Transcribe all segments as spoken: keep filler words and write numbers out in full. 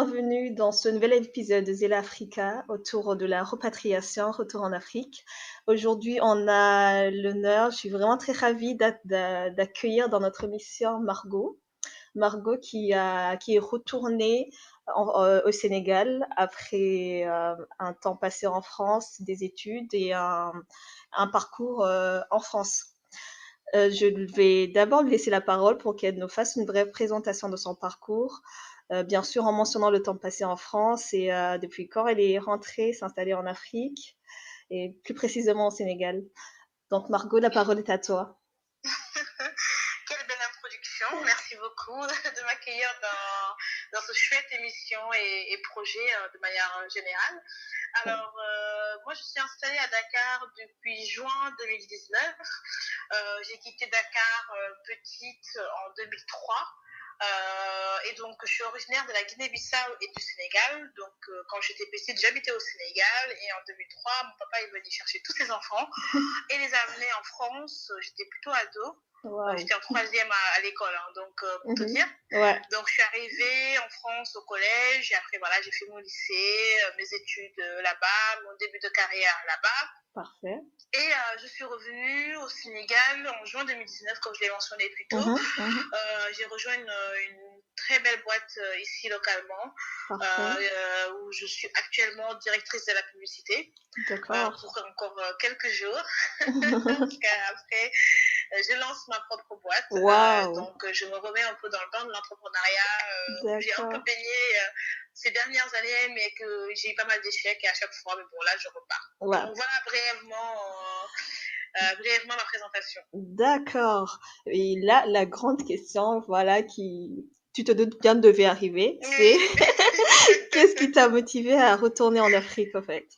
bienvenue dans ce nouvel épisode de Zéla Africa autour de la repatriation, retour en Afrique. Aujourd'hui, on a l'honneur, je suis vraiment très ravie d'a- d'a- d'accueillir dans notre émission Margot. Margot qui, a, qui est retournée en- euh, au Sénégal après euh, un temps passé en France, des études et un, un parcours euh, en France. Euh, je vais d'abord lui laisser la parole pour qu'elle nous fasse une brève présentation de son parcours, euh, bien sûr en mentionnant le temps passé en France et euh, depuis quand elle est rentrée s'installer en Afrique et plus précisément au Sénégal. Donc Margot, la parole est à toi. Quelle belle introduction. Merci beaucoup de m'accueillir dans, dans ce chouette émission et, et projet euh, de manière générale. Alors, euh, moi, je suis installée à Dakar depuis juin deux mille dix-neuf. Euh, j'ai quitté Dakar euh, petite en deux mille trois. Euh, et donc, je suis originaire de la Guinée-Bissau et du Sénégal. Donc, euh, quand j'étais petite, j'habitais au Sénégal. Et en deux mille trois, mon papa est venu chercher tous ses enfants et les a amenés en France. J'étais plutôt ado. Wow. J'étais en troisième à, à l'école, hein, donc euh, pour mm-hmm. te dire. Ouais. Donc, je suis arrivée en France au collège. Et après, voilà, j'ai fait mon lycée, euh, mes études euh, là-bas, mon début de carrière là-bas. Parfait. Et euh, je suis revenue au Sénégal en juin deux mille dix-neuf, comme je l'ai mentionné plus tôt. Mhm, mhm. Euh, j'ai rejoint une, une très belle boîte euh, ici localement, euh, où je suis actuellement directrice de la publicité. D'accord. Euh, pour encore euh, quelques jours. Parce qu'après, euh, je lance ma propre boîte. Wow. Euh, donc, euh, je me remets un peu dans le bain de l'entrepreneuriat. Euh, j'ai un peu baigné euh, ces dernières années, mais que j'ai eu pas mal d'échecs et à chaque fois, mais bon, là, je repars. Wow. Donc, voilà brièvement, euh, euh, brièvement ma présentation. D'accord. Et là, la grande question, voilà, qui, tu te doutes bien devait arriver, c'est qu'est-ce qui t'a motivé à retourner en Afrique, en fait?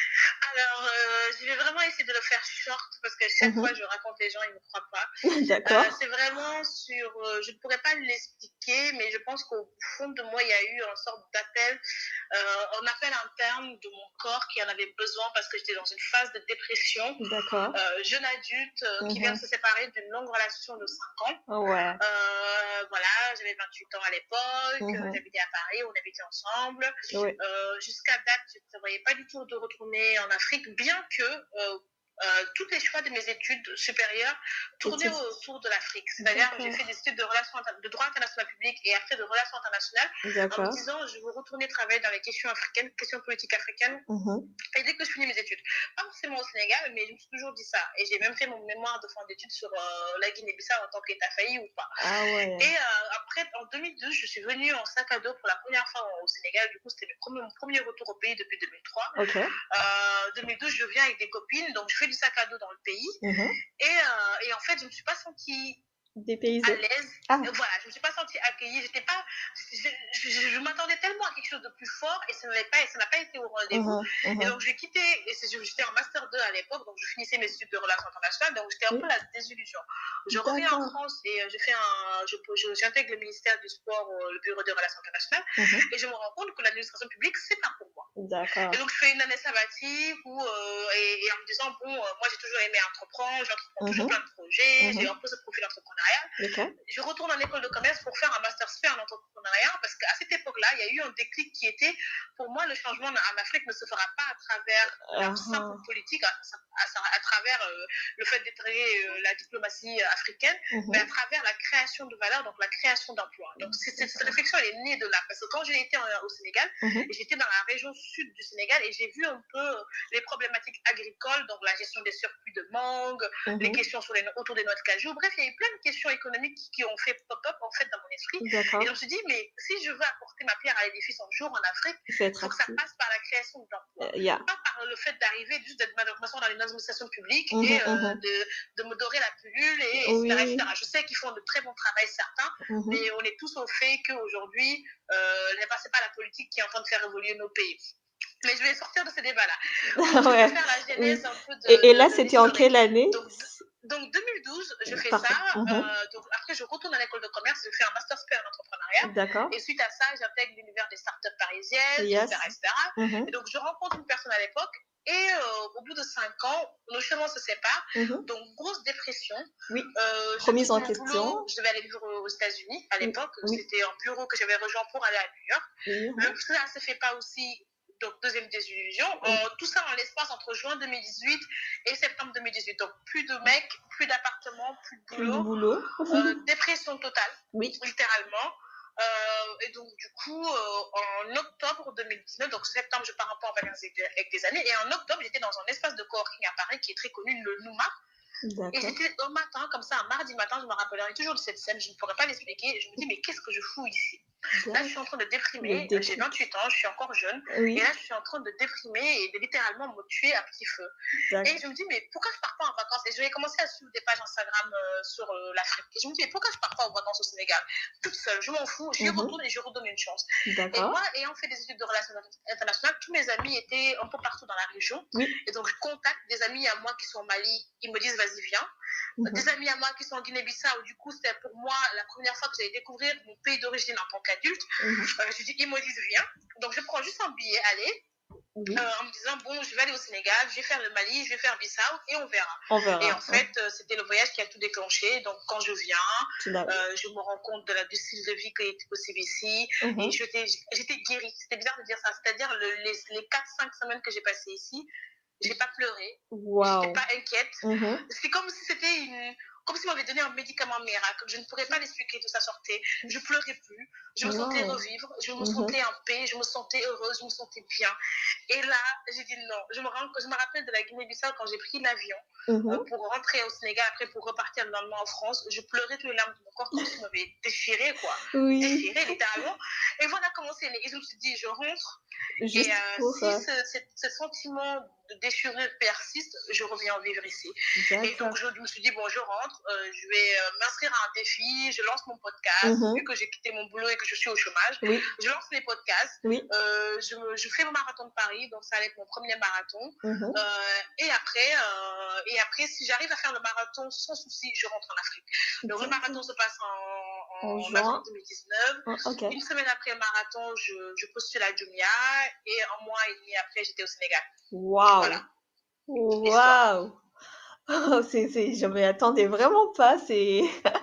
Alors, euh, je vais vraiment essayer de le faire short parce que chaque mm-hmm. fois je raconte les gens, ils ne me croient pas. D'accord. Euh, c'est vraiment sur, euh, je ne pourrais pas l'expliquer, mais je pense qu'au fond de moi, il y a eu une sorte d'appel, euh, un appel interne de mon corps qui en avait besoin parce que j'étais dans une phase de dépression. D'accord. Euh, jeune adulte euh, mm-hmm. qui vient de se séparer d'une longue relation de cinq ans. Oh ouais. Euh, voilà, j'avais vingt-huit ans à l'époque, mm-hmm. j'habitais à Paris, on habitait ensemble. Oui. Euh, jusqu'à date, je ne prévoyais pas du tout de retourner en Afrique, bien que euh, euh, tous les choix de mes études supérieures tournaient c'est... autour de l'Afrique. C'est-à-dire que j'ai fait des études de, relations, de droit international public et après de relations internationales. D'accord. En me disant, je veux retourner travailler dans les questions africaines, questions politiques africaines. Mm-hmm. Et dès que je finis mes études, pas forcément au Sénégal, mais je me suis toujours dit ça. Et j'ai même fait mon mémoire de fin d'études sur euh, la Guinée-Bissau en tant qu'État failli ou pas. Ah ouais. Et euh, après, en deux mille douze, je suis venue en sac à dos pour la première fois au Sénégal. Du coup, c'était mon premier, mon premier retour au pays depuis deux mille trois. Ok. Euh, deux mille douze, je viens avec des copines, donc je fais du sac à dos dans le pays. Mm-hmm. Et, euh, et en fait, je ne me suis pas sentie dépaysée. À l'aise. Ah. Voilà, je ne me suis pas sentie accueillie. J'étais pas, je, je, je, je m'attendais tellement à quelque chose de plus fort et ça n'avait pas, ça n'a pas été au rendez-vous. Mmh, mmh. Et donc, j'ai quitté, et j'étais en master deux à l'époque, donc je finissais mes études de relations internationales, donc j'étais un oui. peu la désillusion. Je D'accord. reviens en France et je fais un, je, je, j'intègre le ministère du Sport, le bureau des relations internationales, mmh. et je me rends compte que l'administration publique, c'est pas pour moi. D'accord. Et donc, je fais une année sabbatique où, euh, et, et en me disant, bon, euh, moi, j'ai toujours aimé entreprendre, j'entreprends mmh. toujours plein de projets, mmh. j'ai un peu ce profil entrepreneurial. Okay. Je retourne en école de commerce pour faire un master S P en entrepreneuriat parce qu'à cette époque-là, il y a eu un déclic qui était, pour moi, le changement en Afrique ne se fera pas à travers la uh-huh. simple politique, à, à, à travers euh, le fait d'intégrer euh, la diplomatie africaine, uh-huh. mais à travers la création de valeur, donc la création d'emplois. Donc c'est, c'est, cette réflexion, elle est née de là. Parce que quand j'ai été en, au Sénégal, uh-huh. j'étais dans la région sud du Sénégal et j'ai vu un peu les problématiques agricoles, donc la gestion des surplus de mangue, uh-huh. les questions sur les, autour des noix de cajou. Bref, il y a eu plein de questions économiques qui ont fait pop-up en fait dans mon esprit. D'accord. Et je me suis dit, mais si je veux apporter ma pierre à l'édifice un jour en Afrique, il faut que ça passe par la création d'emplois. Uh, yeah. Pas par le fait d'arriver juste d'être malheureusement dans une administration publique mm-hmm, et euh, mm-hmm. de, de me dorer la pilule, et, oui. et cetera, et cetera. Je sais qu'ils font de très bon travail certains, mm-hmm. mais on est tous au fait qu'aujourd'hui, euh, c'est pas la politique qui est en train de faire évoluer nos pays. Mais je vais sortir de ce débat-là. Donc, ouais. Je vais faire la genèse un peu de. Et, et là, de, de c'était en quelle année? donc, donc deux mille douze, je fais Parfait. ça. Mm-hmm. Euh, donc après, je retourne à l'école de commerce, je fais un master S P en entrepreneuriat. D'accord. Et suite à ça, j'intègre l'univers des startups parisiennes, yes. et cetera, et cetera. Mm-hmm. Et donc, je rencontre une personne à l'époque Et euh, au bout de cinq ans, nos chemins se séparent. Mhm. Donc, grosse dépression. Oui. Euh, je Remise quitte en mon question. boulot. Je devais aller vivre aux États-Unis à Oui. l'époque. Oui. C'était un bureau que j'avais rejoint pour aller à New York. Oui. Le ça ne se fait pas aussi. Donc, deuxième désillusion. Oui. En, tout ça en l'espace entre juin deux mille dix-huit et septembre deux mille dix-huit. Donc, plus de mecs, plus d'appartements, plus de Plus de boulot. boulot. Euh, dépression totale, Oui. littéralement. Euh, et donc, du coup, euh, en octobre deux mille dix-neuf, donc septembre, je pars un peu en vacances avec, avec des amis. Et en octobre, j'étais dans un espace de coworking à Paris qui est très connu, le Nouma. Et c'était au matin, comme ça, un mardi matin, je me rappellerai toujours de cette scène, je ne pourrais pas l'expliquer. Je me dis, mais qu'est-ce que je fous ici? Là, je suis en train de déprimer. J'ai vingt-huit ans, je suis encore jeune. Oui. Et là, je suis en train de déprimer et de littéralement me tuer à petit feu. Et je me dis, mais pourquoi je ne pars pas en vacances? Et je vais commencer à suivre des pages Instagram euh, sur euh, l'Afrique. Et je me dis, mais pourquoi je ne pars pas en vacances au Sénégal? Toute seule, je m'en fous, j'y mm-hmm. retourne et je redonne une chance. Et moi, ayant fait des études de relations internationales, tous mes amis étaient un peu partout dans la région. Oui. Et donc, je contacte des amis à moi qui sont au Mali. Ils me disent, vas-y, viens. Mm-hmm. Des amis à moi qui sont en Guinée-Bissau, du coup, c'était pour moi la première fois que j'allais découvrir mon pays d'origine en tant qu'adulte. Mm-hmm. Euh, je dis, ils me disent, viens. Donc, je prends juste un billet, aller, oui. euh, en me disant, bon, je vais aller au Sénégal, je vais faire le Mali, je vais faire Bissau et on verra. On verra. Et en fait, euh, c'était le voyage qui a tout déclenché. Donc, quand je viens, euh, je me rends compte de la, du style de vie qui était possible ici. Mm-hmm. Et j'étais, j'étais guérie. C'était bizarre de dire ça. C'est-à-dire, le, les, les quatre cinq semaines que j'ai passées ici, j'ai pas pleuré, wow. J'étais pas inquiète. Mm-hmm. C'est comme si c'était une, comme si on m'avait donné un médicament miracle. Je ne pourrais pas l'expliquer d'où ça sortait. Je pleurais plus. Je me wow. sentais revivre. Je me mm-hmm. sentais en paix. Je me sentais heureuse. Je me sentais bien. Et là, j'ai dit non. Je me, rends, je me rappelle de la Guinée-Bissau quand j'ai pris l'avion mm-hmm. euh, pour rentrer au Sénégal, après pour repartir le lendemain en France. Je pleurais tous les larmes de mon corps comme si on m'avait déchiré, quoi. Oui. Déchiré, littéralement. Et voilà comment c'est né. Et je me suis dit, je rentre. Juste et euh, pour, si euh... ce, ce, ce sentiment de déchirure persiste, je reviens vivre ici. D'accord. Et donc, je me suis dit, bon, je rentre, euh, je vais euh, m'inscrire à un défi, je lance mon podcast, mm-hmm. vu que j'ai quitté mon boulot et que je suis au chômage. Oui. Je lance les podcasts, oui. euh, je, me, je fais mon marathon de Paris, donc ça va être mon premier marathon. Mm-hmm. euh, et, après, euh, et après, si j'arrive à faire le marathon sans souci, je rentre en Afrique. Donc, d'accord. Le marathon se passe en, en, en avril deux mille dix-neuf. Oh, okay. Une semaine après le marathon, je, je postule à Jumia et un mois et demi après, j'étais au Sénégal. Waouh! Voilà. Waouh! Oh, c'est, c'est, je m'y attendais vraiment pas. C'est,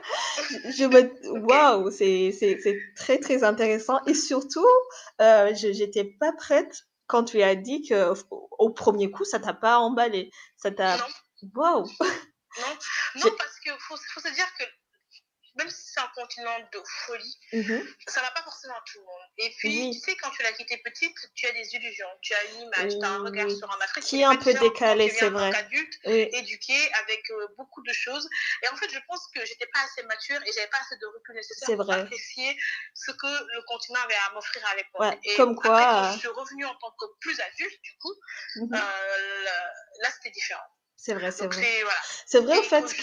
je me, waouh, wow, c'est, c'est, c'est très très intéressant et surtout, euh, je, j'étais pas prête quand tu as dit que au premier coup, ça t'a pas emballé, ça t'a, waouh. Wow. Non, non, parce que faut, faut se dire que même si c'est un continent de folie, mm-hmm. ça ne va pas forcément à tout le monde. Et puis, oui. tu sais, quand tu l'as quitté petite, tu as des illusions, tu as une image, tu as un regard oui. sur un Afrique qui est un peu décalé, c'est vrai. En tant qu'adulte, oui. éduqué, avec euh, beaucoup de choses. Et en fait, je pense que je n'étais pas assez mature et je n'avais pas assez de recul nécessaire pour apprécier ce que le continent avait à m'offrir à l'époque. Ouais, et comme quoi, après, quand je suis revenue en tant que plus adulte, du coup, mm-hmm. euh, là, là, c'était différent. C'est vrai, c'est Donc, vrai. C'est, voilà. C'est vrai, au fait, que,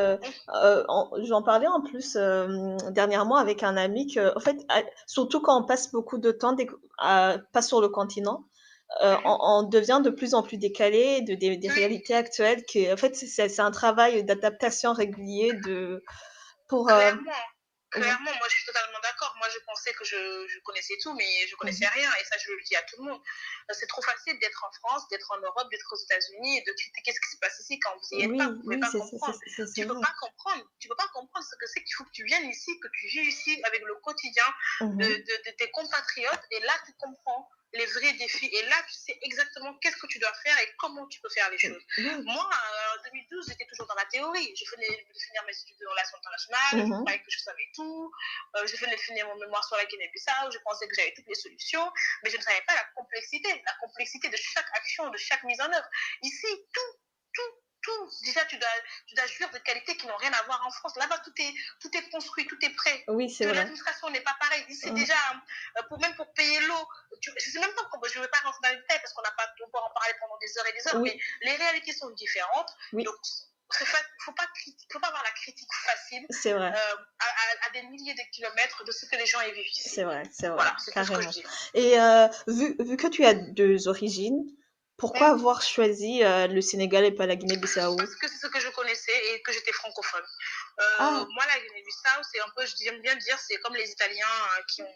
euh, en, j'en parlais en plus euh, dernièrement avec un ami, que, en fait, à, surtout quand on passe beaucoup de temps, des, à, pas sur le continent, euh, mm-hmm. on, on devient de plus en plus décalé de, des, des oui. réalités actuelles. Que, en fait, c'est, c'est un travail d'adaptation régulier de, pour... Euh, Clairement. Clairement, moi je suis totalement d'accord. Moi je pensais que je, je connaissais tout, mais je connaissais mmh. rien. Et ça, je le dis à tout le monde. C'est trop facile d'être en France, d'être en Europe, d'être aux États-Unis et de critiquer qu'est-ce qui se passe ici quand vous n'y êtes oui, pas. Vous ne pouvez oui, pas c'est, comprendre. C'est, c'est, c'est tu ne peux pas comprendre. Tu peux pas comprendre ce que c'est qu'il faut que tu viennes ici, que tu vis ici avec le quotidien mmh. de, de, de tes compatriotes. Et là, tu comprends les vrais défis. Et là, tu sais exactement qu'est-ce que tu dois faire et comment tu peux faire les choses. Mmh. Moi, en deux mille douze, j'étais toujours dans la théorie. Je venais de finir mes études de relations internationales. Mmh. Je croyais que je savais tout. Euh, je venais de finir mon mémoire sur la Guinée-Bissau. Je pensais que j'avais toutes les solutions. Mais je ne savais pas la complexité. La complexité de chaque action, de chaque mise en œuvre. Ici, tout, tout, tout. Déjà, tu dois, tu dois jouir de qualités qui n'ont rien à voir en France. Là-bas, tout est, tout est construit, tout est prêt. Oui, c'est vrai. L'administration n'est pas pareille. C'est mmh. déjà, euh, pour, même pour payer l'eau, tu, je ne sais même pas comment, je ne vais pas rentrer dans les détails parce qu'on n'a pas, on peut en parler pendant des heures et des heures, oui. mais les réalités sont différentes. Oui. Donc, il ne faut pas, faut pas avoir la critique facile c'est vrai. Euh, à, à, à des milliers de kilomètres de ce que les gens y vivent ici. C'est vrai, c'est vrai. Voilà, c'est carrément. tout ce que je dis. Et euh, vu, vu que tu as deux origines, pourquoi mmh. avoir choisi euh, le Sénégal et pas la Guinée-Bissau? Parce que c'est ce que je connaissais et que j'étais francophone. Euh, ah. Moi, la Guinée-Bissau, c'est un peu, j'aime bien dire, c'est comme les Italiens hein, qui ont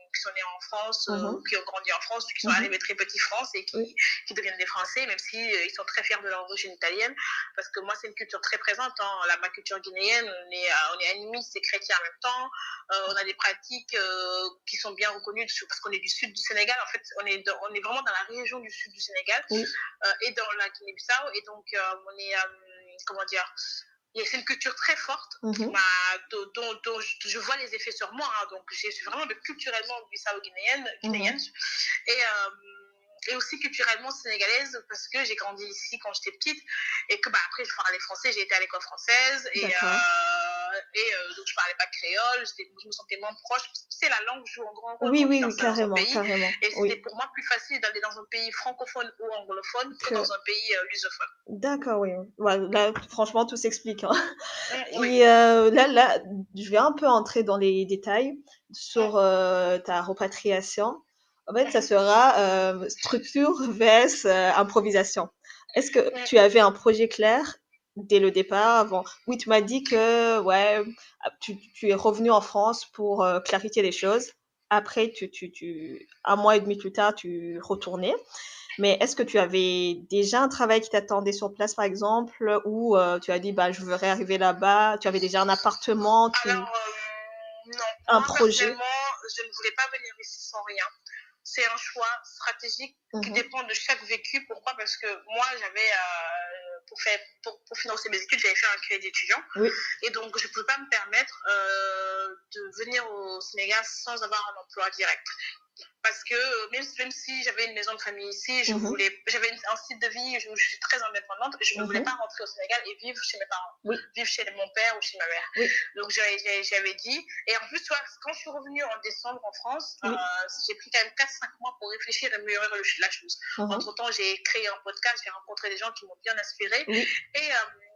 qui sont nés en France, Mhm. euh, qui ont grandi en France, qui sont Mhm. arrivés très petits France et qui, Oui. qui deviennent des Français, même si euh, ils sont très fiers de leur origine italienne. Parce que moi, c'est une culture très présente. Hein. La, ma culture guinéenne, on est, euh, on est animiste et chrétien en même temps. Euh, on a des pratiques euh, qui sont bien reconnues parce qu'on est du sud du Sénégal. En fait, on est, dans, on est vraiment dans la région du sud du Sénégal Oui. euh, et dans la Guinée-Bissau. Et donc, euh, on est, euh, comment dire, c'est une culture très forte Mhm. bah, dont, dont, dont je, je vois les effets sur moi. Hein. Donc, je suis vraiment culturellement bissau-guinéenne. Guinéenne, Mhm. et, euh, et aussi culturellement sénégalaise parce que j'ai grandi ici quand j'étais petite et que bah, après je parlais français, j'ai été à l'école française et, euh, et euh, donc je parlais pas créole, je me sentais moins proche parce que tu sais, la langue joue un grand rôle Oui, quand oui, tu oui, t'installes dans un carrément, pays carrément. et c'était Oui. pour moi plus facile d'aller dans un pays francophone ou anglophone que, Que- dans un pays euh, lusophone. D'accord, oui. Ouais, là, franchement, tout s'explique. Hein. Mmh, oui. Et euh, là, là, je vais un peu entrer dans les détails sur euh, ta repatriation. En fait, ça sera euh, structure vs euh, improvisation. Est-ce que Mmh. tu avais un projet clair dès le départ avant? Oui, tu m'as dit que ouais, tu, tu es revenu en France pour euh, clarifier les choses. Après, tu, tu, tu, un mois et demi plus tard, tu retournais. Mais est-ce que tu avais déjà un travail qui t'attendait sur place, par exemple, ou euh, tu as dit, bah, je veux arriver là-bas, tu avais déjà un appartement, tu... Alors, euh, non, un moi projet? personnellement, je ne voulais pas venir ici sans rien. C'est un choix stratégique qui Mhm. dépend de chaque vécu. Pourquoi? Parce que moi, j'avais, euh, pour, faire, pour, pour financer mes études, j'avais fait un crédit étudiant. Oui. Et donc, je ne pouvais pas me permettre euh, de venir au Sénégal sans avoir un emploi direct. Parce que même, même si j'avais une maison de famille ici, je Mhm. voulais, j'avais un style de vie où je suis très indépendante, je ne Mhm. voulais pas rentrer au Sénégal et vivre chez mes parents, Oui. vivre chez mon père ou chez ma mère. Oui. Donc j'avais, j'avais dit, et en plus, tu vois, quand je suis revenue en décembre en France, Oui. euh, j'ai pris quand même quatre cinq mois pour réfléchir et améliorer la chose. Mhm. Entre-temps, j'ai créé un podcast, j'ai rencontré des gens qui m'ont bien inspirée. Oui. Et... Euh,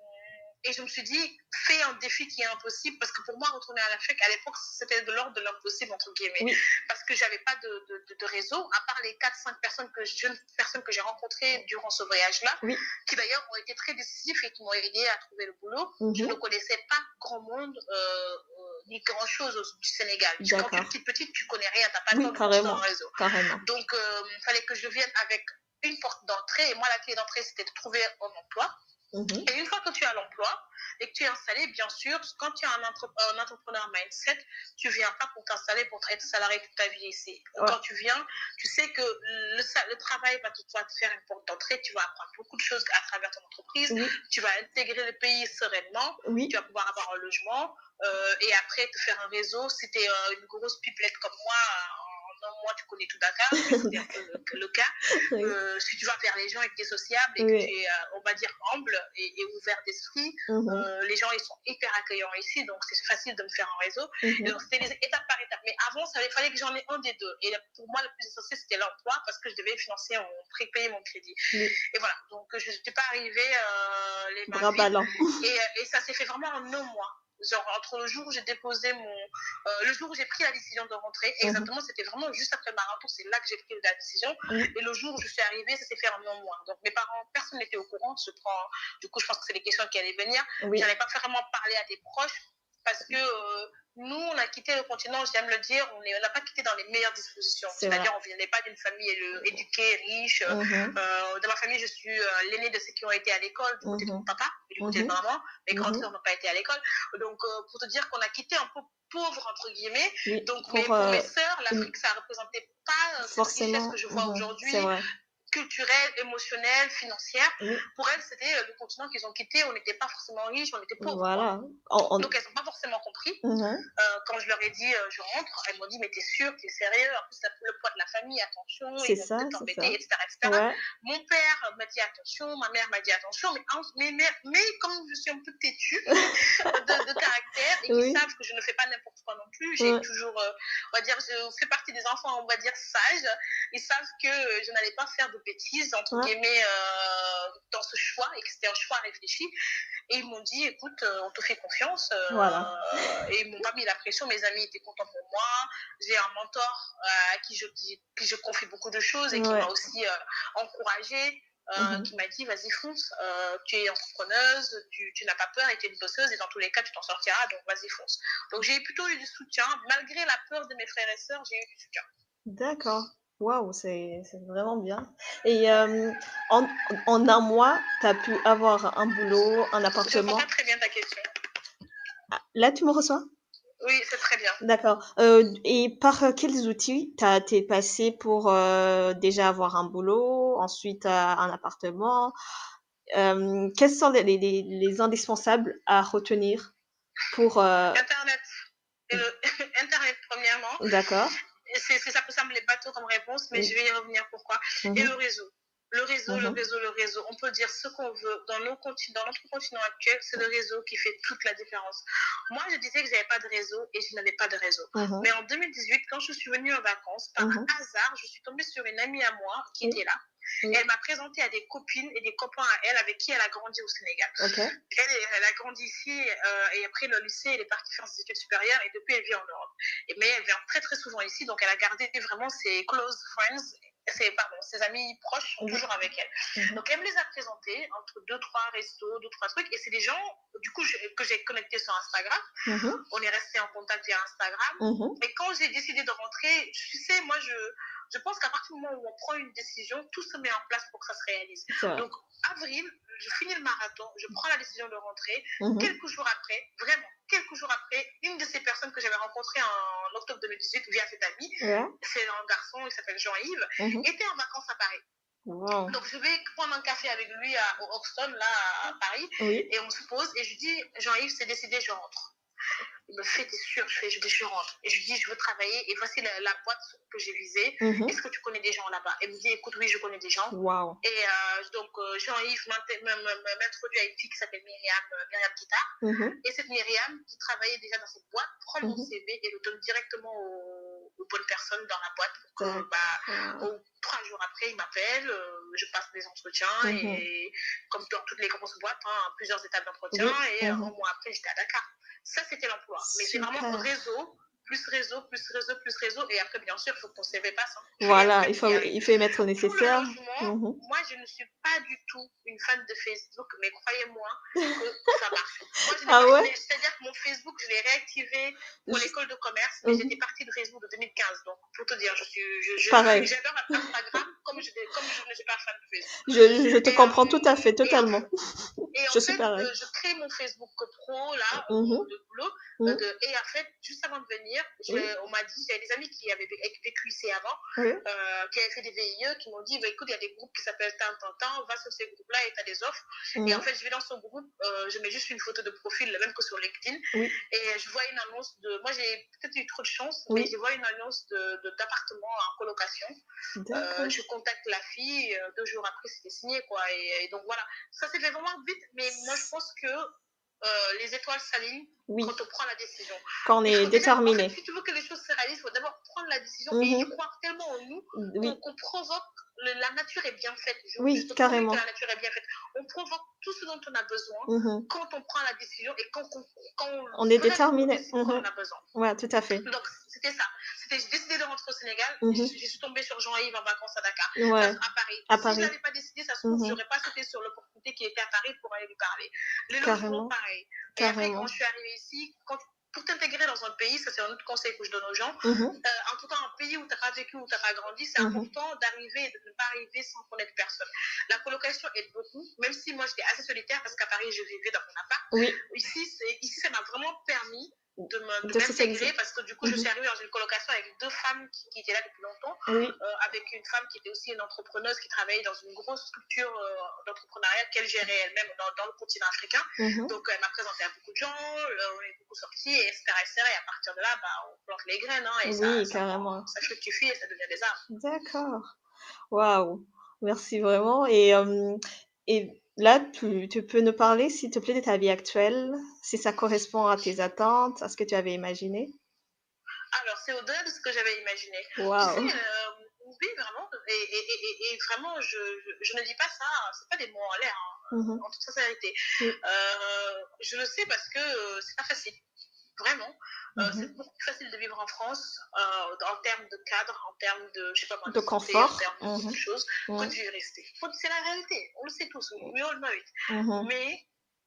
Et je me suis dit, fais un défi qui est impossible, parce que pour moi, retourner à l'Afrique, à l'époque, c'était de l'ordre de l'impossible, entre guillemets. Oui. Parce que j'avais pas de, de, de, de réseau, à part les quatre cinq personnes que, jeunes personnes que j'ai rencontrées durant ce voyage-là, Oui. qui d'ailleurs ont été très décisifs et qui m'ont aidé à trouver le boulot. Mhm. Je ne connaissais pas grand monde, euh, euh, ni grand chose du Sénégal. D'accord. Quand tu es petite, petite, tu connais rien, tu n'as pas le Oui, temps de construire carrément. un réseau. Carrément. Donc, il euh, fallait que je vienne avec une porte d'entrée, et moi, la clé d'entrée, c'était de trouver un emploi. Mhm. Et une fois que tu as l'emploi et que tu es installé, bien sûr, quand tu as un, entre- un entrepreneur mindset, tu ne viens pas pour t'installer, pour être salarié toute ta vie ici. Ouais. Quand tu viens, tu sais que le, le travail va te, va te faire une porte d'entrée, tu vas apprendre beaucoup de choses à travers ton entreprise, Oui. tu vas intégrer le pays sereinement, Oui. tu vas pouvoir avoir un logement euh, et après te faire un réseau. Si tu es euh, une grosse pipelette comme moi, en un mois tu connais tout Dakar, mais c'était un peu le, le cas. Oui. Euh, si tu vas vers les gens et que tu es sociable et Oui. que tu es, euh, on va dire, humble et, et ouvert d'esprit, Mhm. euh, les gens ils sont hyper accueillants ici, donc c'est facile de me faire un réseau. Mhm. Et donc c'était les étapes par étapes. Mais avant, il fallait que j'en ai un des deux. Et pour moi, le plus essentiel, c'était l'emploi parce que je devais financer mon pré-payer mon crédit. Oui. Et voilà, donc je ne suis pas arrivée euh, les mains Bras vides. ballants. Et, et ça s'est fait vraiment en un mois. Genre, entre le jour où j'ai déposé mon. Euh, le jour où j'ai pris la décision de rentrer, Mhm. exactement, c'était vraiment juste après ma retour, c'est là que j'ai pris la décision. Oui. Et le jour où je suis arrivée, ça s'est fait en un mois. Donc, mes parents, personne n'était au courant. Je prends, du coup, je pense que c'est des questions qui allaient venir. Oui. J'en ai pas vraiment parlé à des proches parce que euh, nous, on a quitté le continent, j'aime le dire, on n'a pas quitté dans les meilleures dispositions. C'est C'est-à-dire, vrai. on ne venait pas d'une famille éduquée, riche. Mhm. Euh, dans ma famille, je suis euh, l'aînée de ceux qui ont été à l'école, du côté Mhm. de mon papa et du côté Mhm. de ma maman. Mes grands Mhm. frères n'ont pas été à l'école. Donc, euh, pour te dire qu'on a quitté un peu pauvre, entre guillemets. Oui. Donc, Pour, mais pour euh, mes sœurs, une- l'Afrique, ça ne représentait pas euh, cette richesse forcément. que je vois Mhm. aujourd'hui, C'est vrai. culturelle, émotionnelle, financière. Oui. Pour elles, c'était euh, le continent qu'ils ont quitté. On n'était pas forcément riches, on était pauvres. Voilà. quoi. On- on- Donc, elles n'ont pas forcément compris. Mhm. Euh, quand je leur ai dit euh, je rentre, elles m'ont dit mais t'es sûr, t'es sérieux, en plus ça fait le poids de la famille, attention, C'est ils vont ça, peut-être c'est t'embêter, ça. et cetera, et cetera. Ouais. Mon père m'a dit attention, ma mère m'a dit attention, mais, mais, mais, mais comme je suis un peu têtue de, de caractère et qu'ils Oui. savent que je ne fais pas n'importe quoi non plus, j'ai Ouais. toujours, euh, on va dire, je fais partie des enfants, on va dire, sages, ils savent que je n'allais pas faire de bêtises, entre Ouais. guillemets, euh, dans ce choix et que c'était un choix réfléchi. Et ils m'ont dit, écoute, euh, on te fait confiance. Euh, Voilà. et ils m'ont pas mis la pression. Mes amis étaient contents pour moi. J'ai un mentor euh, à qui je, qui je confie beaucoup de choses et qui Ouais. m'a aussi euh, encouragée. euh, mm-hmm. qui m'a dit, vas-y, fonce, euh, tu es entrepreneuse, tu, tu n'as pas peur et tu es une bosseuse et dans tous les cas, tu t'en sortiras, donc vas-y, fonce. Donc, j'ai plutôt eu du soutien. Malgré la peur de mes frères et sœurs, j'ai eu du soutien. D'accord. Waouh, c'est, c'est vraiment bien. Et euh, en, en un mois, tu as pu avoir un boulot, un appartement. Je comprends pas très bien ta question. Ah, là, tu me reçois? Oui, c'est très bien. D'accord. Euh, et par quels outils t'as t'es passé pour euh, déjà avoir un boulot, ensuite euh, un appartement? Euh, quels sont les, les, les indispensables à retenir pour... Euh... Internet. Et le... Internet, premièrement. D'accord. C'est, c'est, ça peut sembler bateau comme réponse, mais mmh. je vais y revenir pourquoi. Mmh. Et le réseau. Le réseau, mmh. le réseau, le réseau. On peut dire ce qu'on veut. Dans, nos continents, dans notre continent actuel, c'est le réseau qui fait toute la différence. Moi, je disais que je n'avais pas de réseau et je n'avais pas de réseau. Mmh. Mais en deux mille dix-huit, quand je suis venue en vacances, par mmh. hasard, je suis tombée sur une amie à moi qui mmh. était là. Oui. Et elle m'a présenté à des copines et des copains à elle avec qui elle a grandi au Sénégal. Okay. Elle, elle a grandi ici euh, et après le lycée, elle est partie faire ses études supérieures et depuis elle vit en Europe. Et, mais elle vient très très souvent ici, donc elle a gardé vraiment ses close friends, ses, pardon, ses amis proches sont mmh. toujours avec elle. Mmh. Donc elle me les a présentés entre deux, trois restos, deux, trois trucs et c'est des gens du coup je, que j'ai connectés sur Instagram. Mmh. On est resté en contact via Instagram. Mmh. Et quand j'ai décidé de rentrer, tu sais, moi je... Je pense qu'à partir du moment où on prend une décision, tout se met en place pour que ça se réalise. Donc, avril, je finis le marathon, je prends la décision de rentrer. Mm-hmm. Quelques jours après, vraiment, quelques jours après, une de ces personnes que j'avais rencontrées en octobre deux mille dix-huit via cette amie, yeah. c'est un garçon, il s'appelle Jean-Yves, mm-hmm. était en vacances à Paris. Wow. Donc, je vais prendre un café avec lui à, au Hoxton, là, à Paris, oui. et on se pose, et je dis, Jean-Yves, c'est décidé, je rentre. Il me fait, t'es sûr? Je fais, je dis, je rentre. Et je lui dis, je veux travailler. Et voici la, la boîte que j'ai visée. Mm-hmm. Est-ce que tu connais des gens là-bas? Elle me dit, écoute, oui, je connais des gens. Wow. Et euh, donc, euh, Jean-Yves m'introduit à une fille qui s'appelle Myriam, euh, Myriam Guitare. Mm-hmm. Et cette Myriam, qui travaillait déjà dans cette boîte, prend mm-hmm. mon C V et le donne directement aux, aux bonnes personnes dans la boîte pour que, mm-hmm. bah, au, trois jours après, il m'appelle, euh, je passe des entretiens mm-hmm. et comme dans toutes les grosses boîtes, hein, plusieurs étapes d'entretien. Oui. Et mm-hmm. un mois après, j'étais à Dakar. Ça, c'était l'emploi. Mais Super. C'est vraiment réseau, plus réseau, plus réseau, plus réseau. Et après, bien sûr, il faut que ton C V passe. Hein. Voilà, il faut, il faut mettre le nécessaire. Pour le logement, mm-hmm. moi, je ne suis pas du tout une fan de Facebook, mais croyez-moi que ça marche. Moi, je n'ai ah pas, ouais? C'est-à-dire que mon Facebook, je l'ai réactivé pour je... l'école de commerce, mais mm-hmm. j'étais partie de Facebook de deux mille quinze. Donc, pour te dire, je suis, je, je, Pareil. J'adore Instagram comme je, comme je ne suis pas fan de Facebook. Je, je te et comprends euh, tout à fait, totalement. Et, et en je fait, suis pareil. Euh, je crée mon Facebook pro, là, mm-hmm. de boulot. Mm-hmm. De, et en fait, juste avant de venir, je, oui. on m'a dit, j'avais des amis qui avaient vécu ici avant, oui. euh, qui avaient fait des V I E, qui m'ont dit, bah, écoute, il y a des groupes qui s'appellent tant, tant, tant, va sur ces groupes-là et tu as des offres. Mm-hmm. Et en fait, je vais dans ce groupe, euh, je mets juste une photo de profil, la même que sur LinkedIn. Oui. Et je vois une annonce de. Moi, j'ai peut-être eu trop de chance, oui. mais je vois une annonce de, de, d'appartement en colocation. Euh, je contacte la fille, euh, deux jours après, c'était signé, quoi. Et, et donc voilà, ça s'est fait vraiment vite, mais moi, je pense que. Euh, les étoiles s'alignent oui. quand on prend la décision. Quand on est déterminé. En fait, si tu veux que les choses se réalisent, il faut d'abord prendre la décision mm-hmm. et y croire tellement en nous oui. qu'on, qu'on provoque. Le, la nature est bien faite. Je, oui, je te carrément. promets que la nature est bien faite. On provoque tout ce dont on a besoin mm-hmm. quand on prend la décision et quand, quand, quand on, on est déterminé. Mm-hmm. Quand on a besoin. Ouais, tout à fait. Donc, c'était ça. C'était, j'ai décidé de rentrer au Sénégal. Mm-hmm. Je, je suis tombée sur Jean-Yves en vacances à Dakar, ouais. à Paris. À si Paris. je ne l'avais pas décidé, ça se trouve, mm-hmm. je n'aurais pas sauté sur l'opportunité qui était à Paris pour aller lui parler. Les logements, pareil. Et Carrément. après, quand je suis arrivée ici, quand, pour t'intégrer dans un pays, ça c'est un autre conseil que je donne aux gens, mm-hmm. euh, en tout cas un pays où tu n'as pas vécu, où tu n'as pas grandi, c'est mm-hmm. important d'arriver et de ne pas arriver sans connaître personne. La colocation aide beaucoup, même si moi j'étais assez solitaire parce qu'à Paris je vivais dans mon appart. Oui. Ici, c'est, ici ça m'a vraiment permis de, me, de, de m'intégrer parce que du coup mm-hmm. je suis arrivée dans une colocation avec deux femmes qui, qui étaient là depuis longtemps, oui. euh, avec une femme qui était aussi une entrepreneuse qui travaillait dans une grosse structure euh, d'entrepreneuriat qu'elle gérait elle-même dans, dans le continent africain. Mm-hmm. Donc elle m'a présenté à beaucoup de gens, euh, on est beaucoup sortis, et cetera, et cetera. Et à partir de là, bah, on plante les graines hein, et oui, ça, carrément. ça, ça fructifie et ça devient des arbres. D'accord. Waouh. Merci vraiment. Et, euh, et là, tu, tu peux nous parler, s'il te plaît, de ta vie actuelle, si ça correspond à tes attentes, à ce que tu avais imaginé? Alors, c'est au-delà de ce que j'avais imaginé. Wow. Tu sais, euh, oui, vraiment. Et, et, et, et vraiment, je, je, je ne dis pas ça, c'est pas des mots en l'air, hein, mm-hmm. en toute sincérité. Mm. Euh, je le sais parce que euh, c'est pas facile. Vraiment. Euh, Mhm. c'est beaucoup plus facile de vivre en France euh, en termes de cadre, en termes de, je sais pas moi, De de santé, en confort. termes de beaucoup Mhm. de choses, que Mhm. d'y rester. Faut- C'est la réalité, on le sait tous, we all know it. Mhm. Mais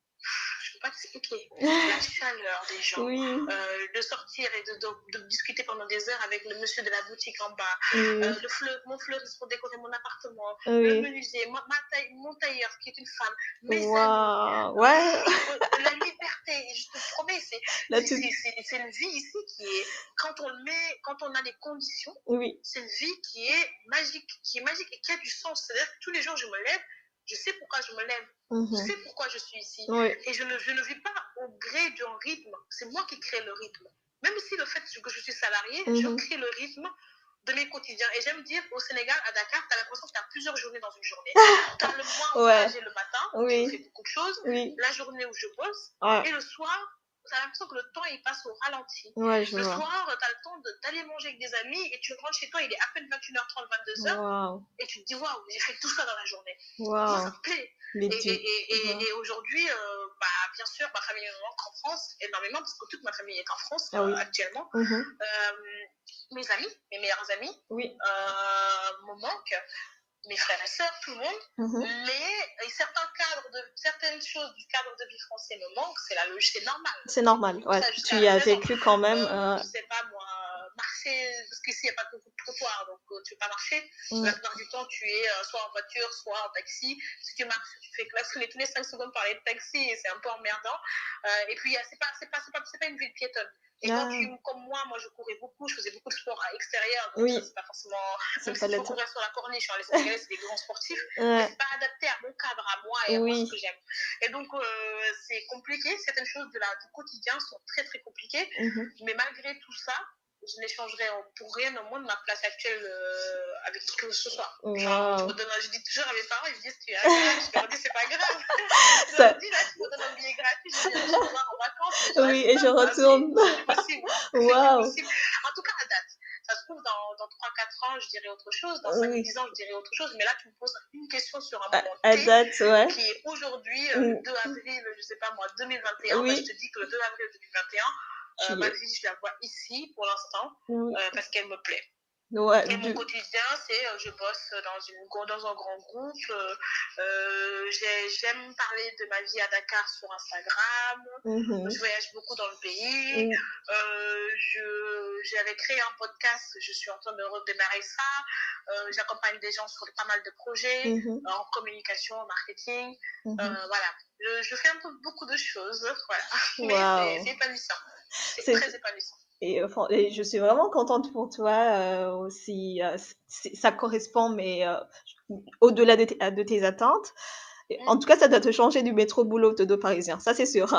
je peux pas t'expliquer la chaleur des gens, Oui, euh, de sortir et de, de, de discuter pendant des heures avec le monsieur de la boutique en bas, oui, euh, le fleur, mon fleuriste pour décorer mon appartement, le oui. menuisier, ma, ma taille, mon tailleur qui est une femme, mes amis, Waouh, ouais, la liberté, je te promets, c'est là c'est- tout, c'est- c'est- c'est une vie ici qui est, quand on le met, quand on a les conditions, oui, c'est une vie qui est magique, qui est magique et qui a du sens. C'est-à-dire que tous les jours je me lève, je sais pourquoi je me lève, je mhm. sais pourquoi je suis ici. Oui, Et je ne, je ne vis pas au gré d'un rythme, c'est moi qui crée le rythme. Même si le fait que je suis salariée, je mhm. crée le rythme de mes quotidiens. Et j'aime dire, au Sénégal, à Dakar, tu as l'impression que tu as plusieurs journées dans une journée. Tu as le mois où Ouais, j'ai le matin, où je oui, fais beaucoup de choses, oui, la journée où je bosse, ouais, et le soir, tu as l'impression que le temps, il passe au ralenti. ouais, je Le vois. soir, tu as le temps de- d'aller manger avec des amis, et tu rentres chez toi, il est à peine vingt et une heures trente, vingt-deux heures, Waouh, et tu te dis, waouh, j'ai fait tout ça dans la journée. Moi, waouh. ça me plaît. Mais Et, tu, et, et, et, ouais. et aujourd'hui, euh, bah, bien sûr, ma famille me manque en France énormément, parce que toute ma famille est en France Ah oui. euh, actuellement. Mhm. Euh, mes amis, mes meilleurs amis, Oui. euh, me manquent, mes frères et sœurs, tout le monde. Mhm. Mais certains cadres de, certaines choses du cadre de vie français me manquent, c'est la logique, c'est normal. C'est normal, ouais. Ça, Tu jusqu'à y as présent. vécu quand même. Euh, euh, Je sais pas moi, marcher, parce qu'ici il n'y a pas beaucoup de trottoirs, donc euh, tu ne peux pas marcher. mm. La plupart du temps, tu es euh, soit en voiture, soit en taxi. Si tu marches, tu fais klaxonner tous les cinq secondes par les taxis et c'est un peu emmerdant. Euh, et puis, ce n'est pas, c'est pas, c'est pas, c'est pas une ville piétonne. Et Ah. quand tu, comme moi, moi je courais beaucoup, je faisais beaucoup de sport à l'extérieur, donc Oui. ça c'est pas forcément, C'est même pas si tu le peux courir sur la corniche, hein, les Sénégalais c'est des grands sportifs, mais Ouais. c'est pas adapté à mon cadre, à moi et à moi Oui. ce que j'aime. Et donc euh, c'est compliqué, certaines choses de la, du quotidien sont très très compliquées, Mhm. mais malgré tout ça, je n'échangerai pour rien au monde ma place actuelle euh, avec qui que ce soit. Genre, je, Wow. me donne, un- je dis toujours à mes parents, ils me disent tu es agréable, je leur dis c'est pas grave. Je Ça- leur dis là, tu me donnes un billet gratuit, je viens chez moi en vacances et je Oui, reste et je pas, quoi. retourne. C'est c'est du possible. C'est du Waouh. possible. En tout cas, à date. Ça se trouve, dans, dans trois quatre ans, je dirais autre chose. Dans cinq Oui. dix ans, je dirais autre chose. Mais là, tu me poses une question sur un À, moment à T, date, ouais. qui est aujourd'hui, euh, Mm. le deux avril, je sais pas moi, deux mille vingt et un. Oui. Bah, je te dis que le deux avril deux mille vingt et un, euh, Tu ma es. vie, je la vois ici, pour l'instant, Oui. euh, parce qu'elle me plaît. Ouais, Et mon du- quotidien, c'est euh, je bosse dans, une, dans un grand groupe. Euh, euh, j'ai- j'aime parler de ma vie à Dakar sur Instagram. Mhm. Je voyage beaucoup dans le pays. Mm. Euh, je- J'avais créé un podcast. Je suis en train de redémarrer ça. Euh, J'accompagne des gens sur pas mal de projets Mhm. en communication, en marketing. Mhm. Euh, voilà. Je, je fais un peu beaucoup de choses. Voilà. Mais Waouh. c'est c'est épanouissant. C'est C'est- très épanouissant. Et, enfin, et je suis vraiment contente pour toi euh, aussi. euh, c'est- ça correspond, mais euh, au-delà de, tes- de tes attentes. Et en tout cas, ça doit te changer du métro boulot dodo parisien, ça c'est sûr. Ah,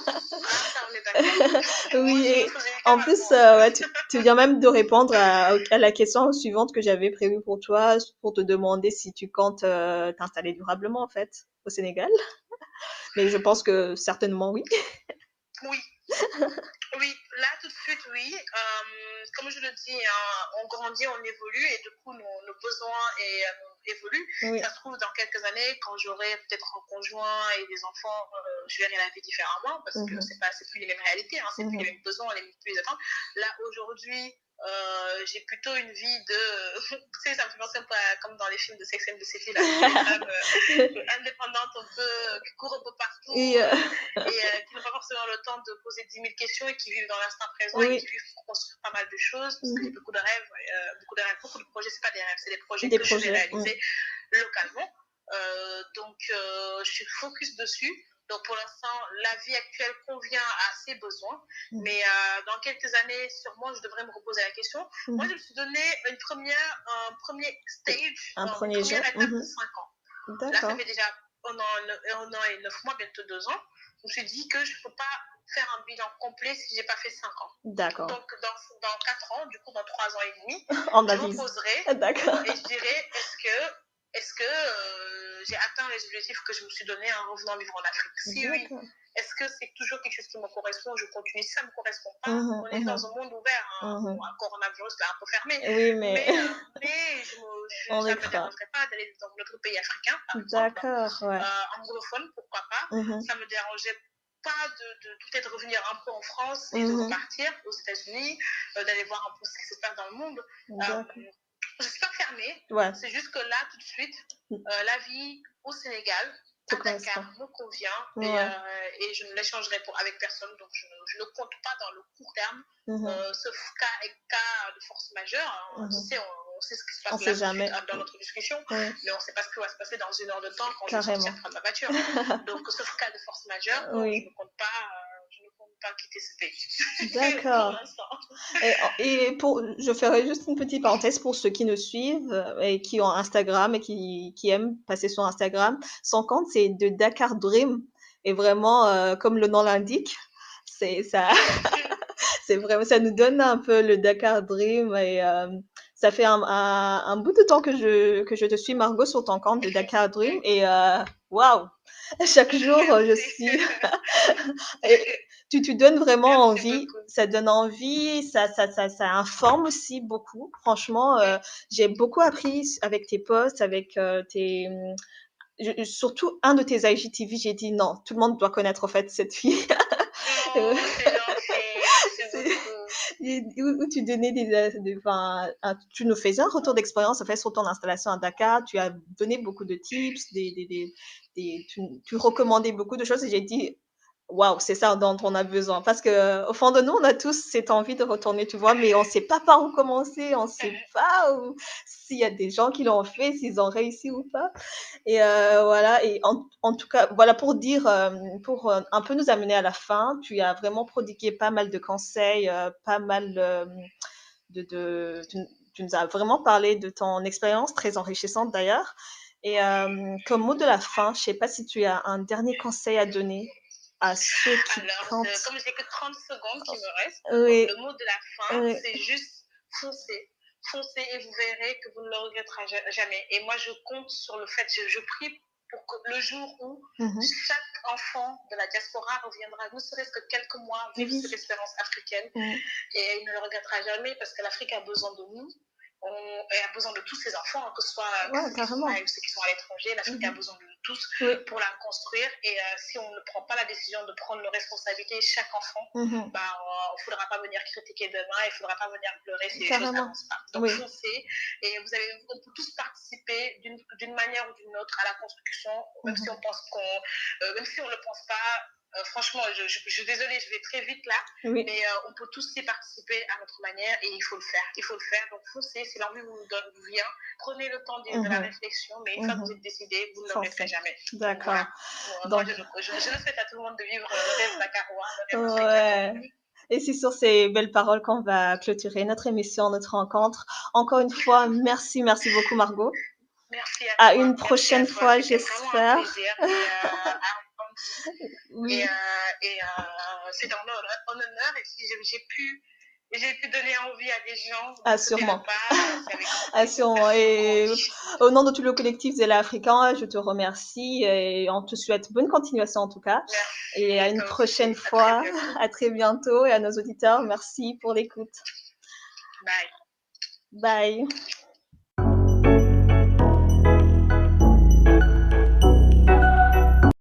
ça, on est d'accord. Oui, Moi, je et me faisais en littéralement. plus, euh, ouais, tu, tu viens même de répondre à, à la question suivante que j'avais prévue pour toi, pour te demander si tu comptes euh, t'installer durablement en fait au Sénégal. Mais je pense que certainement oui. Oui. Oui, là tout de suite, oui. Euh, comme je le dis, hein, on grandit, on évolue et du coup, nos, nos besoins et, euh, évoluent. Oui. Ça se trouve, dans quelques années, quand j'aurai peut-être un conjoint et des enfants, euh, je verrai la vie différemment parce que Mhm. c'est pas, c'est plus les mêmes réalités, hein, c'est plus Mhm. les mêmes besoins, les mêmes plus les attentes. Là, aujourd'hui, euh, j'ai plutôt une vie de. Tu sais, ça me fait penser un peu à, comme dans les films de Sex and the City, là, les femmes euh, indépendantes, un peu, euh, qui courent un peu partout Et, euh, euh, et euh, qui n'ont pas forcément le temps de poser dix mille questions et qui vivent dans l'instant présent Oui. et qui vivent pour construire pas mal de choses parce que j'ai Mhm. beaucoup de rêves, euh, beaucoup de rêves, beaucoup de projets, c'est pas des rêves, c'est des projets Des que je vais projets. réaliser localement. Euh, donc, euh, je suis focus dessus. Donc, pour l'instant, la vie actuelle convient à ses besoins. Mhm. Mais euh, dans quelques années, sûrement, je devrais me reposer la question. Mhm. Moi, je me suis donné une première, un premier stage, Un une premier première jet. étape Mhm. de cinq ans. Là, ça D'accord. fait déjà un an, un an et neuf mois, bientôt deux ans. Je me suis dit que je ne peux pas faire un bilan complet si je n'ai pas fait cinq ans. D'accord. Donc, dans, dans quatre ans, du coup, dans trois ans et demi, En je me avise. poserai D'accord. et je dirais, est-ce que, est-ce que euh, j'ai atteint les objectifs que je me suis donné en revenant vivre en Afrique? Si oui, D'accord. est-ce que c'est toujours quelque chose qui me correspond? Je continue. Si ça ne me correspond pas, Mhm, on est mhm. dans un monde ouvert. Hein. Mhm. Bon, un coronavirus là, un peu fermé. Oui, mais Mais, euh, mais je me, je, on ça est ne me craint. dérangerait pas d'aller dans notre pays africain, par exemple. D'accord, ouais. Euh, anglophone, pourquoi pas. Mhm. Ça me dérangeait pas de, de peut-être revenir un peu en France et de Mhm. repartir aux États-Unis, euh, d'aller voir un peu ce qui se passe dans le monde. Euh, D'accord. je suis pas fermée, Ouais, c'est juste que là, tout de suite, Mm. euh, la vie au Sénégal, te à correspond. Dakar, me convient et, Ouais. euh, et je ne l'échangerai pour, avec personne, donc je, je ne compte pas dans le court terme, Mhm. euh, sauf cas, cas de force majeure. Hein. Mhm. Tu sais, on, on sait ce qui se On passe sait là tout de jamais. suite dans notre discussion, Oui, mais on ne sait pas ce qui va se passer dans une heure de temps quand je vais carrément. sortir de ma voiture. Donc, sauf cas de force majeure, non, Oui. je ne compte pas, euh, je ne compte pas quitter ce pays. D'accord. Pour l'instant. Et, et pour, je ferai juste une petite parenthèse pour ceux qui nous suivent euh, et qui ont Instagram et qui, qui aiment passer sur Instagram. Son compte, c'est de Dakar Dream. Et vraiment, euh, comme le nom l'indique, c'est ça, c'est vraiment, ça nous donne un peu le Dakar Dream et euh, ça fait un, un, un bout de temps que je, que je te suis, Margot, sur ton compte de Dakar Dream et euh, waouh, chaque jour, euh, je suis. Et tu, tu donnes vraiment Merci envie, beaucoup. ça donne envie, ça, ça, ça, ça informe aussi beaucoup. Franchement, euh, j'ai beaucoup appris avec tes posts, avec euh, tes. je- surtout un de tes I G T V, j'ai dit non, tout le monde doit connaître en fait cette fille. Oh, c'est gentil, merci C'est- beaucoup. Et où, où tu donnais des, euh, des- enfin, un- tu nous faisais un retour d'expérience en fait sur ton installation à Dakar. Tu as donné beaucoup de tips, des, des, des, des- tu, tu recommandais beaucoup de choses et j'ai dit waouh, c'est ça dont on a besoin. Parce que au fond de nous, on a tous cette envie de retourner, tu vois, mais on ne sait pas par où commencer, on ne sait pas où- s'il y a des gens qui l'ont fait, s'ils ont réussi ou pas. Et euh, voilà, et en, en tout cas, voilà pour dire, euh, pour euh, un peu nous amener à la fin, tu as vraiment prodigué pas mal de conseils, euh, pas mal euh, de, de tu, tu nous as vraiment parlé de ton expérience, très enrichissante d'ailleurs. Et euh, comme mot de la fin, je sais pas si tu as un dernier conseil à donner à ceux qui Alors, tentent. je- comme j'ai que trente secondes qui me restent, Oui, le mot de la fin, oui. c'est juste foncer. Foncez et vous verrez que vous ne le regretterez ja- jamais. Et moi, je compte sur le fait, je, je prie pour que le jour où Mhm. chaque enfant de la diaspora reviendra, ne serait-ce que quelques mois, vivre Oui. cette expérience africaine, Mm. et il ne le regrettera jamais parce que l'Afrique a besoin de nous. On, elle a besoin de tous ses enfants, hein, que ce soit Ouais, ceux qui sont carrément. là ou ceux qui sont à l'étranger. L'Afrique Mhm. a besoin de nous tous Oui. pour la construire. Et euh, si on ne prend pas la décision de prendre nos responsabilités, chaque enfant, Mhm. bah, il ne faudra pas venir critiquer demain, il ne faudra pas venir pleurer si les choses Carrément. n'avancent pas. Donc Oui. foncez, et vous avez, on peut tous participer d'une, d'une manière ou d'une autre à la construction, même Mhm. si on pense qu'on, euh, même si on ne le pense pas. Euh, franchement, je, je, je suis désolée, je vais très vite là, Oui. mais euh, on peut tous y participer à notre manière et il faut le faire. Il faut le faire. Donc, foncez, si l'envie vous, donne, vous vient, prenez le temps de, de la Mhm. réflexion, mais une fois que Mhm. vous êtes décidé, vous ne le Foncez. regretterez jamais. Donc, D'accord. voilà. Moi, Donc, je, je, je le souhaite à tout le monde de vivre le rêve dakarois, le rêve africain. ouais. Et c'est sur ces belles paroles qu'on va clôturer notre émission, notre rencontre. Encore une fois, merci, merci beaucoup, Margot. Merci à toi. À une Merci prochaine à toi. fois, C'était vraiment un j'espère. plaisir et euh, un Oui. Et, euh, et euh, c'est un honneur, un honneur. Et si j'ai, j'ai pu j'ai pu donner envie à des gens Ah, de sauter sûrement. le pas, c'est avec grand Ah, plaisir. sûrement. Merci Et beaucoup. au nom de tout le collectif Zéla Africain, je te remercie et on te souhaite bonne continuation en tout cas. Merci. Et à une Toi aussi. prochaine À très fois. bientôt. À très bientôt. Et à nos auditeurs, merci pour l'écoute. Bye. Bye.